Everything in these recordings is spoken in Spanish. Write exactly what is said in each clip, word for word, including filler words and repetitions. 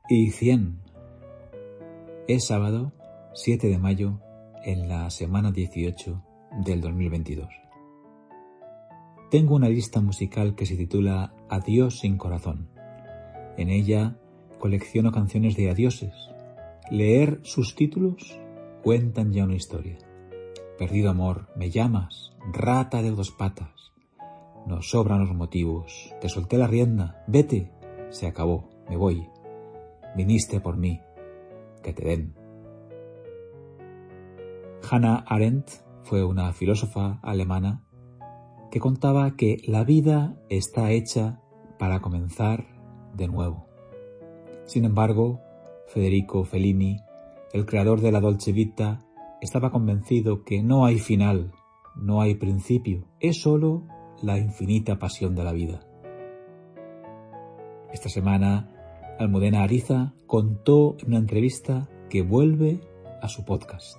y cien. Es sábado siete de mayo en la semana dieciocho del dos mil veintidós. Tengo una lista musical que se titula Adiós sin corazón. En ella colecciono canciones de adioses. Leer sus títulos cuentan ya una historia. Perdido amor, me llamas, rata de dos patas. Nos sobran los motivos, te solté la rienda, vete, se acabó, me voy. Viniste por mí, que te den. Hannah Arendt fue una filósofa alemana que contaba que la vida está hecha para comenzar de nuevo. Sin embargo, Federico Fellini, el creador de la Dolce Vita, estaba convencido que no hay final, no hay principio, es solo la infinita pasión de la vida. Esta semana, Almudena Ariza contó en una entrevista que vuelve a su podcast.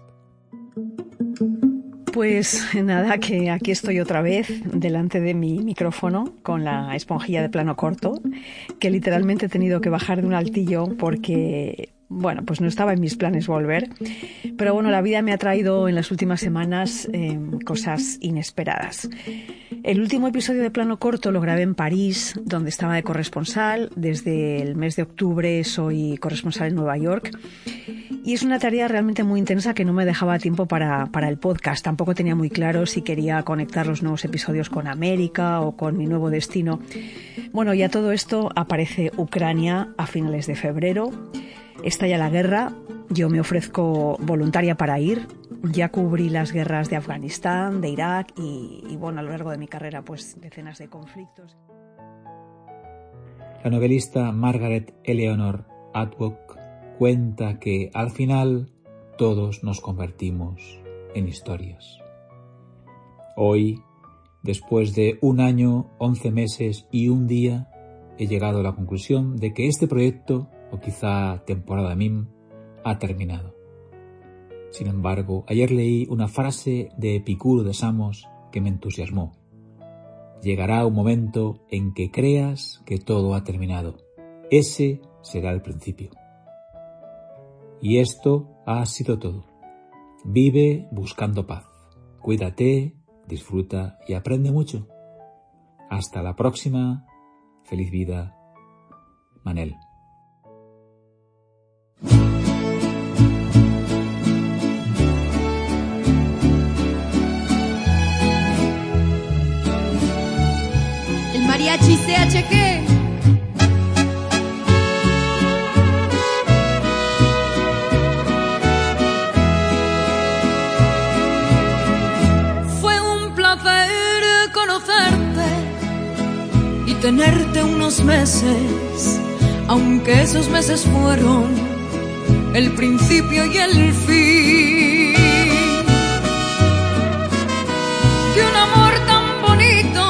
Pues nada, que aquí estoy otra vez delante de mi micrófono con la esponjilla de plano corto, que literalmente he tenido que bajar de un altillo porque, bueno, pues no estaba en mis planes volver. Pero bueno, la vida me ha traído en las últimas semanas eh, cosas inesperadas. El último episodio de Plano Corto lo grabé en París, donde estaba de corresponsal. Desde el mes de octubre soy corresponsal en Nueva York. Y es una tarea realmente muy intensa que no me dejaba tiempo para, para el podcast. Tampoco tenía muy claro si quería conectar los nuevos episodios con América o con mi nuevo destino. Bueno, y a todo esto aparece Ucrania a finales de febrero. Estalla la guerra. Yo me ofrezco voluntaria para ir. Ya cubrí las guerras de Afganistán, de Irak y, y bueno, a lo largo de mi carrera, pues decenas de conflictos. La novelista Margaret Eleanor Atwood cuenta que al final todos nos convertimos en historias. Hoy, después de un año, once meses y un día, he llegado a la conclusión de que este proyecto, o quizá temporada M I M, ha terminado. Sin embargo, ayer leí una frase de Epicuro de Samos que me entusiasmó. Llegará un momento en que creas que todo ha terminado. Ese será el principio. Y esto ha sido todo. Vive buscando paz. Cuídate, disfruta y aprende mucho. Hasta la próxima. Feliz vida. Manel. Mariachi C H G. Fue un placer conocerte y tenerte unos meses, aunque esos meses fueron el principio y el fin de un amor tan bonito.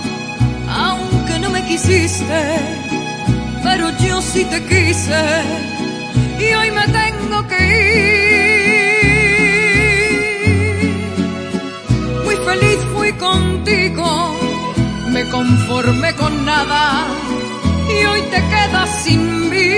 Quisiste, pero yo sí te quise y hoy me tengo que ir. Muy feliz fui contigo, me conformé con nada y hoy te quedas sin mí.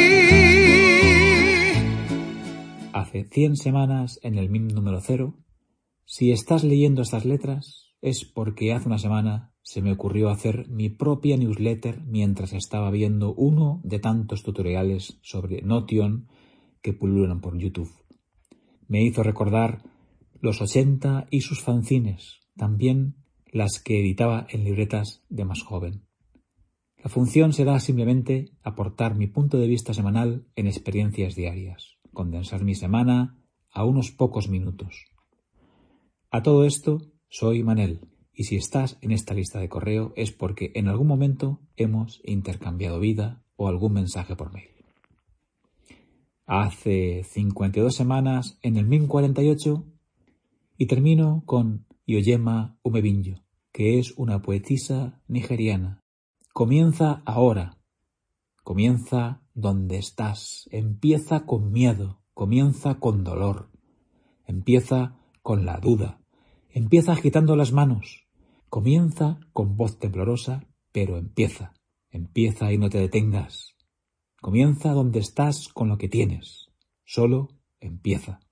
Hace cien semanas en el M I M número cero, si estás leyendo estas letras es porque hace una semana se me ocurrió hacer mi propia newsletter mientras estaba viendo uno de tantos tutoriales sobre Notion que pululan por YouTube. Me hizo recordar los ochenta y sus fanzines, también las que editaba en libretas de más joven. La función será simplemente aportar mi punto de vista semanal en experiencias diarias, condensar mi semana a unos pocos minutos. A todo esto, soy Manel. Y si estás en esta lista de correo es porque en algún momento hemos intercambiado vida o algún mensaje por mail. Hace cincuenta y dos semanas en el M I M cuarenta y ocho y termino con Oyema Umebinyo, que es una poetisa nigeriana. Comienza ahora, comienza donde estás, empieza con miedo, comienza con dolor, empieza con la duda, empieza agitando las manos. Comienza con voz temblorosa, pero empieza, empieza y no te detengas. Comienza donde estás con lo que tienes. Solo empieza.